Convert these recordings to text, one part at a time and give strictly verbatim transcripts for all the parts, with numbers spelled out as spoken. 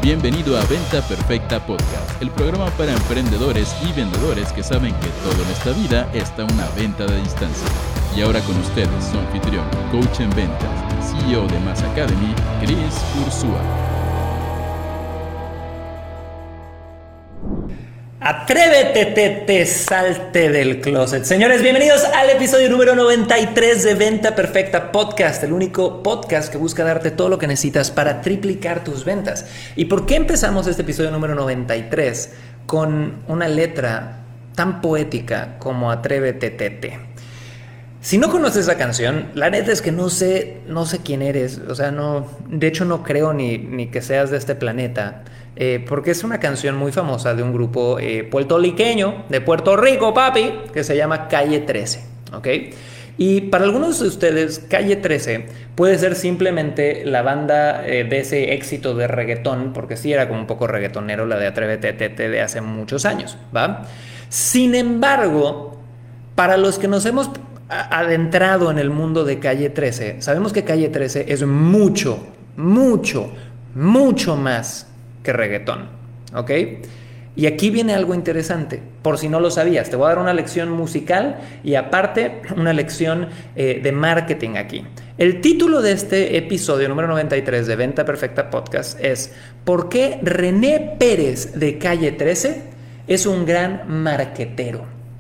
Bienvenido a Venta Perfecta Podcast, el programa para emprendedores y vendedores que saben que todo en esta vida está a una venta de distancia. Y ahora con ustedes, su anfitrión, coach en ventas, C E O de Mass Academy, Chris Ursúa. Atrévete, te, te, salte del closet. Señores, bienvenidos al episodio número noventa y tres de Venta Perfecta Podcast, el único podcast que busca darte todo lo que necesitas para triplicar tus ventas. ¿Y por qué empezamos este episodio número noventa y tres con una letra tan poética como Atrévete, te, te? Si no conoces la canción, la neta es que no sé, no sé quién eres. O sea, no, de hecho no creo ni, ni que seas de este planeta. Eh, porque es una canción muy famosa de un grupo eh, puertorriqueño de Puerto Rico, papi, que se llama Calle trece, ¿ok? Y para algunos de ustedes, Calle trece puede ser simplemente la banda eh, de ese éxito de reggaetón, porque sí era como un poco reggaetonero la de Atrévete, Tete de hace muchos años, ¿va? Sin embargo, para los que nos hemos adentrado en el mundo de Calle trece, sabemos que Calle trece es mucho, mucho, mucho más que reggaetón, ¿ok? Y aquí viene algo interesante, por si no lo sabías. Te voy a dar una lección musical y aparte una lección eh, de marketing aquí. El título de este episodio número noventa y tres de Venta Perfecta Podcast es ¿por qué René Pérez de Calle trece es un gran marquetero?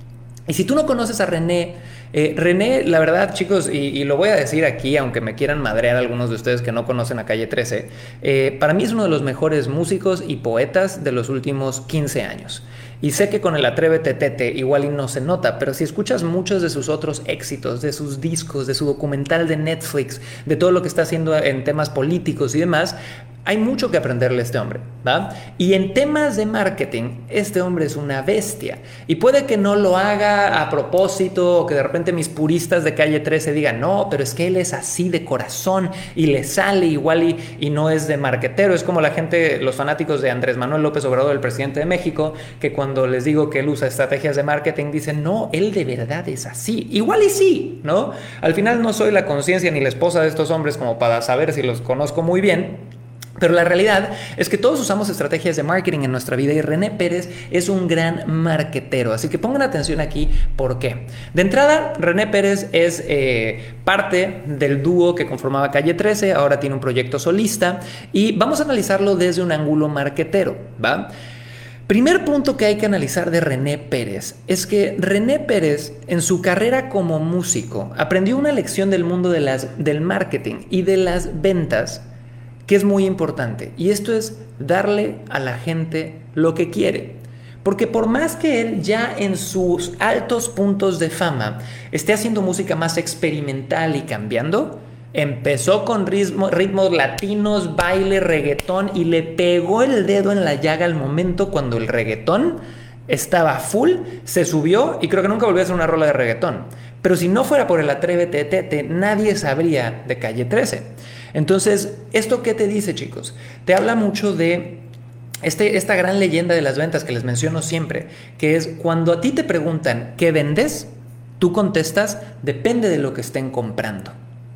Y si tú no conoces a René, Eh, René, la verdad, chicos, y, y lo voy a decir aquí, aunque me quieran madrear algunos de ustedes que no conocen a Calle trece, eh, para mí es uno de los mejores músicos y poetas de los últimos quince años. Y sé que con el Atrévete, Tete igual y no se nota, pero si escuchas muchos de sus otros éxitos, de sus discos, de su documental de Netflix, de todo lo que está haciendo en temas políticos y demás, hay mucho que aprenderle a este hombre, ¿va? Y en temas de marketing, este hombre es una bestia. Y puede que no lo haga a propósito, o que de repente mis puristas de Calle trece digan, no, pero es que él es así de corazón y le sale igual y, y no es de marquetero. Es como la gente, los fanáticos de Andrés Manuel López Obrador, el presidente de México, que cuando les digo que él usa estrategias de marketing, dicen, no, él de verdad es así. Igual y sí, ¿no? Al final no soy la conciencia ni la esposa de estos hombres como para saber si los conozco muy bien. Pero la realidad es que todos usamos estrategias de marketing en nuestra vida y René Pérez es un gran marquetero. Así que pongan atención aquí, ¿por qué? De entrada, René Pérez es eh, parte del dúo que conformaba Calle trece, ahora tiene un proyecto solista y vamos a analizarlo desde un ángulo marquetero, ¿va? Primer punto que hay que analizar de René Pérez es que René Pérez en su carrera como músico aprendió una lección del mundo de las, del marketing y de las ventas que es muy importante, y esto es darle a la gente lo que quiere. Porque por más que él ya en sus altos puntos de fama esté haciendo música más experimental y cambiando, empezó con ritmo, ritmos latinos, baile, reggaetón, y le pegó el dedo en la llaga al momento cuando el reggaetón estaba full, se subió y creo que nunca volvió a hacer una rola de reggaetón. Pero si no fuera por el Atrévete, Tete, nadie sabría de Calle trece. Entonces, ¿esto qué te dice, chicos? Te habla mucho de este, esta gran leyenda de las ventas que les menciono siempre, que es cuando a ti te preguntan ¿qué vendes? Tú contestas, depende de lo que estén comprando.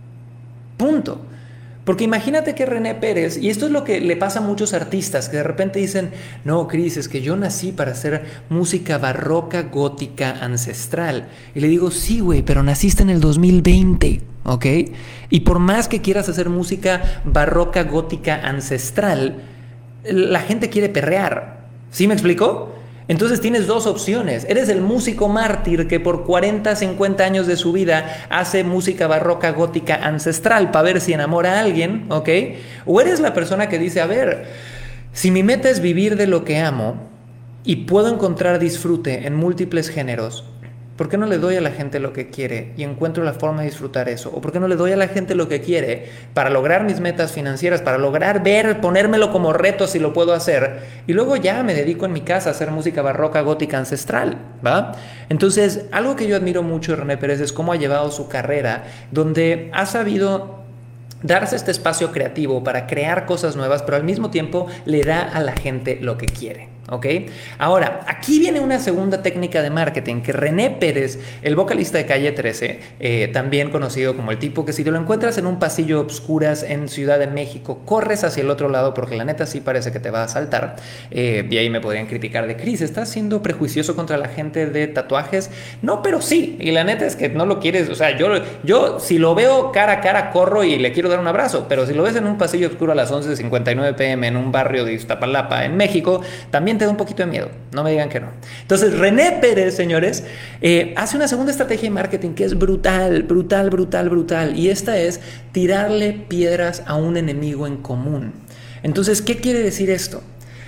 Punto. Porque imagínate que René Pérez, y esto es lo que le pasa a muchos artistas, que de repente dicen, no, Chris, es que yo nací para hacer música barroca, gótica, ancestral. Y le digo, sí, güey, pero naciste en el dos mil veinte, ¿ok? Y por más que quieras hacer música barroca, gótica, ancestral, la gente quiere perrear. ¿Sí me explico? Entonces tienes dos opciones. Eres el músico mártir que por cuarenta, cincuenta años de su vida hace música barroca, gótica, ancestral para ver si enamora a alguien, ¿ok? O eres la persona que dice, a ver, si mi meta es vivir de lo que amo y puedo encontrar disfrute en múltiples géneros, ¿por qué no le doy a la gente lo que quiere y encuentro la forma de disfrutar eso? ¿O por qué no le doy a la gente lo que quiere para lograr mis metas financieras, para lograr ver, ponérmelo como reto si lo puedo hacer? Y luego ya me dedico en mi casa a hacer música barroca, gótica, ancestral, ¿va? Entonces, algo que yo admiro mucho de René Pérez es cómo ha llevado su carrera, donde ha sabido darse este espacio creativo para crear cosas nuevas, pero al mismo tiempo le da a la gente lo que quiere. ¿ok? Ahora, aquí viene una segunda técnica de marketing que René Pérez, el vocalista de Calle trece, eh, también conocido como el tipo que si te lo encuentras en un pasillo obscuras en Ciudad de México, corres hacia el otro lado porque la neta sí parece que te va a asaltar. Eh, y ahí me podrían criticar de Chris, ¿estás siendo prejuicioso contra la gente de tatuajes? No, pero sí, y la neta es que no lo quieres, o sea, yo, yo si lo veo cara a cara corro y le quiero dar un abrazo, pero si lo ves en un pasillo oscuro a las once cincuenta y nueve pm en un barrio de Iztapalapa, en México, también te da un poquito de miedo, no me digan que no. Entonces René Pérez, señores, eh, hace una segunda estrategia de marketing que es brutal, brutal, brutal, brutal, y esta es tirarle piedras a un enemigo en común. Entonces, ¿qué quiere decir esto?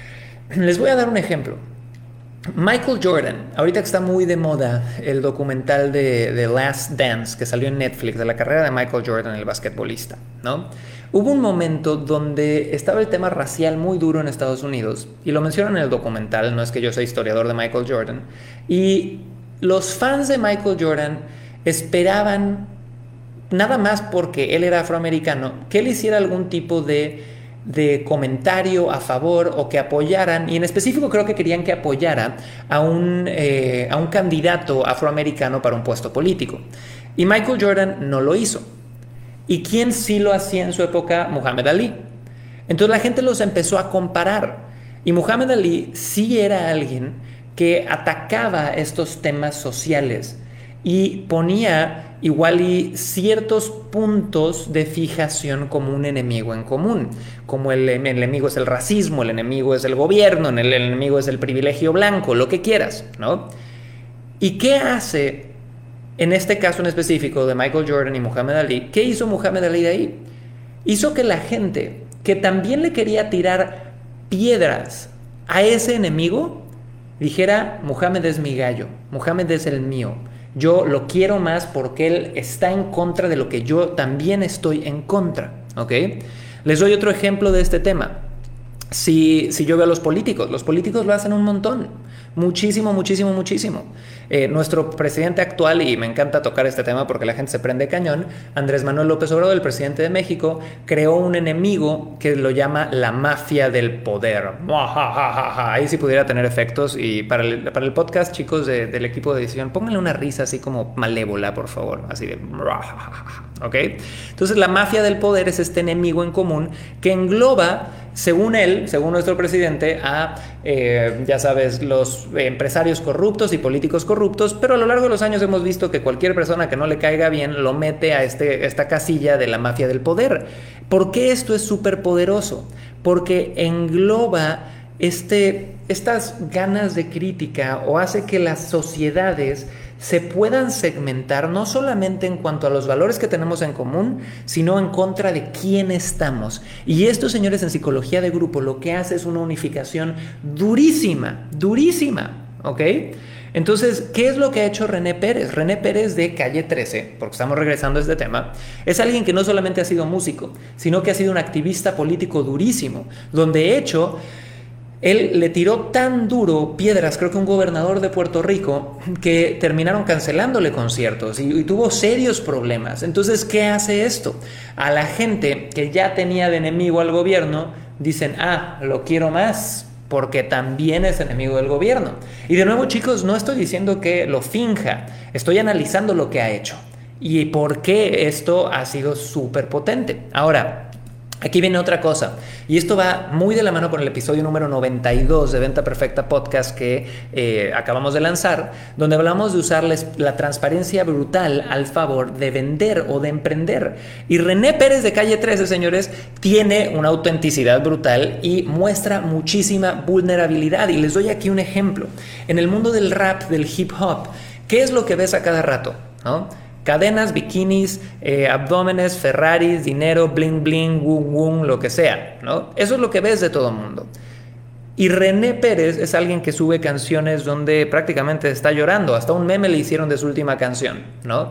Les voy a dar un ejemplo. Michael Jordan, ahorita que está muy de moda el documental de The Last Dance que salió en Netflix de la carrera de Michael Jordan, el basquetbolista, ¿no? Hubo un momento donde estaba el tema racial muy duro en Estados Unidos y lo mencionan en el documental, no es que yo sea historiador de Michael Jordan, y los fans de Michael Jordan esperaban, nada más porque él era afroamericano, que él hiciera algún tipo de de comentario a favor o que apoyaran, y en específico creo que querían que apoyara a un, eh, a un candidato afroamericano para un puesto político. Y Michael Jordan no lo hizo. ¿Y quién sí lo hacía en su época? Muhammad Ali. Entonces la gente los empezó a comparar. Y Muhammad Ali sí era alguien que atacaba estos temas sociales y ponía igual y ciertos puntos de fijación como un enemigo en común, como el, el enemigo es el racismo, el enemigo es el gobierno, el, el enemigo es el privilegio blanco, lo que quieras, ¿no? ¿Y qué hace en este caso en específico de Michael Jordan y Muhammad Ali? ¿Qué hizo Muhammad Ali de ahí? Hizo que la gente que también le quería tirar piedras a ese enemigo dijera: Muhammad es mi gallo, Muhammad es el mío. Yo lo quiero más porque él está en contra de lo que yo también estoy en contra, ¿ok? Les doy otro ejemplo de este tema. Si, si yo veo a los políticos, los políticos lo hacen un montón, muchísimo, muchísimo, muchísimo. Eh, nuestro presidente actual, y me encanta tocar este tema porque la gente se prende cañón, Andrés Manuel López Obrador, el presidente de México, creó un enemigo que lo llama la mafia del poder. Ahí sí pudiera tener efectos, y para el, para el podcast, chicos de, del equipo de edición, pónganle una risa así como malévola, por favor, así de... ¿ok? Entonces la mafia del poder es este enemigo en común que engloba, según él, según nuestro presidente, a, eh, ya sabes, los empresarios corruptos y políticos corruptos, pero a lo largo de los años hemos visto que cualquier persona que no le caiga bien lo mete a este, esta casilla de la mafia del poder. ¿Por qué esto es súper poderoso? Porque engloba este, estas ganas de crítica, o hace que las sociedades se puedan segmentar no solamente en cuanto a los valores que tenemos en común, sino en contra de quién estamos. Y esto, señores, en psicología de grupo lo que hace es una unificación durísima, durísima, ¿ok? Entonces, ¿qué es lo que ha hecho René Pérez? René Pérez de Calle trece, porque estamos regresando a este tema, es alguien que no solamente ha sido músico, sino que ha sido un activista político durísimo, donde de hecho... él le tiró tan duro piedras, creo que un gobernador de Puerto Rico, que terminaron cancelándole conciertos y, y tuvo serios problemas. Entonces, ¿qué hace esto? A la gente que ya tenía de enemigo al gobierno, dicen: ah, lo quiero más, porque también es enemigo del gobierno. Y de nuevo, chicos, no estoy diciendo que lo finja, estoy analizando lo que ha hecho y por qué esto ha sido súper potente. Ahora, aquí viene otra cosa, y esto va muy de la mano con el episodio número noventa y dos de Venta Perfecta Podcast que eh, acabamos de lanzar, donde hablamos de usar la transparencia brutal al favor de vender o de emprender. Y René Pérez de Calle trece, señores, tiene una autenticidad brutal y muestra muchísima vulnerabilidad. Y les doy aquí un ejemplo. En el mundo del rap, del hip hop, ¿qué es lo que ves a cada rato? ¿No? Cadenas, bikinis, eh, abdómenes, Ferraris, dinero, bling bling, wum wum, lo que sea, ¿no? Eso es lo que ves de todo el mundo. Y René Pérez es alguien que sube canciones donde prácticamente está llorando. Hasta un meme le hicieron de su última canción, ¿no?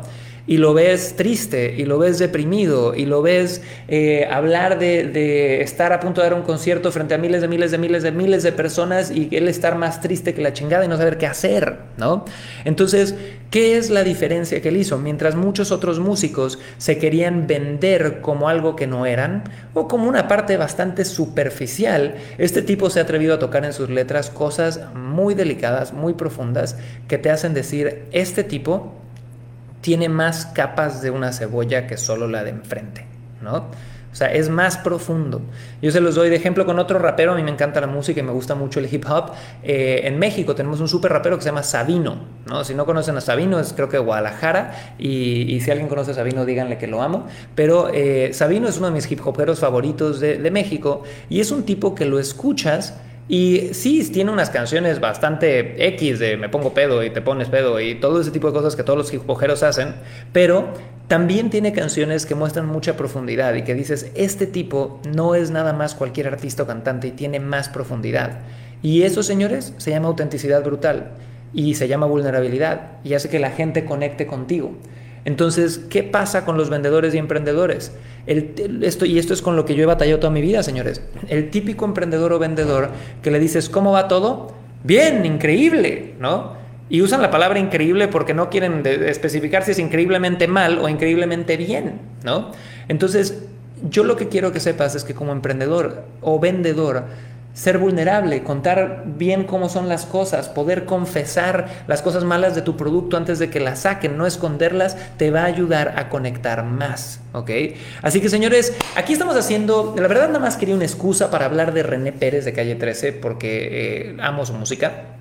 y lo ves triste, y lo ves deprimido, y lo ves eh, hablar de, de estar a punto de dar un concierto frente a miles de miles de miles de miles de personas y él estar más triste que la chingada y no saber qué hacer, ¿no? Entonces, ¿qué es la diferencia que él hizo? Mientras muchos otros músicos se querían vender como algo que no eran o como una parte bastante superficial, este tipo se ha atrevido a tocar en sus letras cosas muy delicadas, muy profundas, que te hacen decir, este tipo tiene más capas de una cebolla que solo la de enfrente, ¿no? O sea, es más profundo. Yo se los doy de ejemplo con otro rapero. A mí me encanta la música y me gusta mucho el hip hop. Eh, en México tenemos un súper rapero que se llama Sabino, ¿no? Si no conocen a Sabino, es creo que de Guadalajara. Y, y si alguien conoce a Sabino, díganle que lo amo. Pero eh, Sabino es uno de mis hip hoperos favoritos de, de México. Y es un tipo que lo escuchas y sí, tiene unas canciones bastante X de me pongo pedo y te pones pedo y todo ese tipo de cosas que todos los hip hoperos hacen, pero también tiene canciones que muestran mucha profundidad y que dices, este tipo no es nada más cualquier artista o cantante y tiene más profundidad. Y eso, señores, se llama autenticidad brutal y se llama vulnerabilidad y hace que la gente conecte contigo. Entonces, ¿qué pasa con los vendedores y emprendedores? El, esto, y esto es con lo que yo he batallado toda mi vida, señores. El típico emprendedor o vendedor que le dices, ¿cómo va todo? Bien, increíble, ¿no? Y usan la palabra increíble porque no quieren de, especificar si es increíblemente mal o increíblemente bien, ¿no? Entonces, yo lo que quiero que sepas es que como emprendedor o vendedor, ser vulnerable, contar bien cómo son las cosas, poder confesar las cosas malas de tu producto antes de que las saquen, no esconderlas, te va a ayudar a conectar más, ¿ok? Así que, señores, aquí estamos haciendo, la verdad nada más quería una excusa para hablar de René Pérez de Calle trece porque eh, amo su música.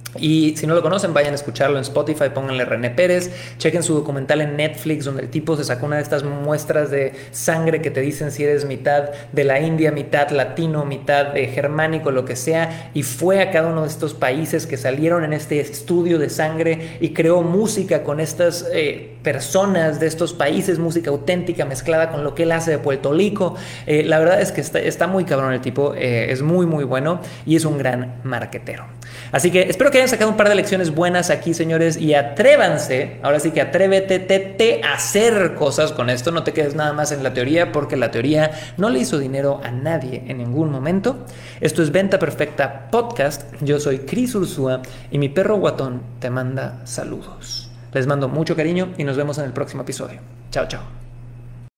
Y si no lo conocen, vayan a escucharlo en Spotify, pónganle René Pérez, chequen su documental en Netflix donde el tipo se sacó una de estas muestras de sangre que te dicen si eres mitad de la India, mitad latino, mitad eh, germánico, lo que sea, y fue a cada uno de estos países que salieron en este estudio de sangre y creó música con estas eh, personas de estos países, música auténtica mezclada con lo que él hace de Puerto Rico. Eh, la verdad es que está, está muy cabrón el tipo, eh, es muy muy bueno y es un gran marquetero. Así que espero que hayan sacado un par de lecciones buenas aquí, señores, y atrévanse, ahora sí que atrévete te, te, a hacer cosas con esto, no te quedes nada más en la teoría, porque la teoría no le hizo dinero a nadie en ningún momento. Esto es Venta Perfecta Podcast, yo soy Cris Ursúa y mi perro guatón te manda saludos. Les mando mucho cariño y nos vemos en el próximo episodio. Chao, chao.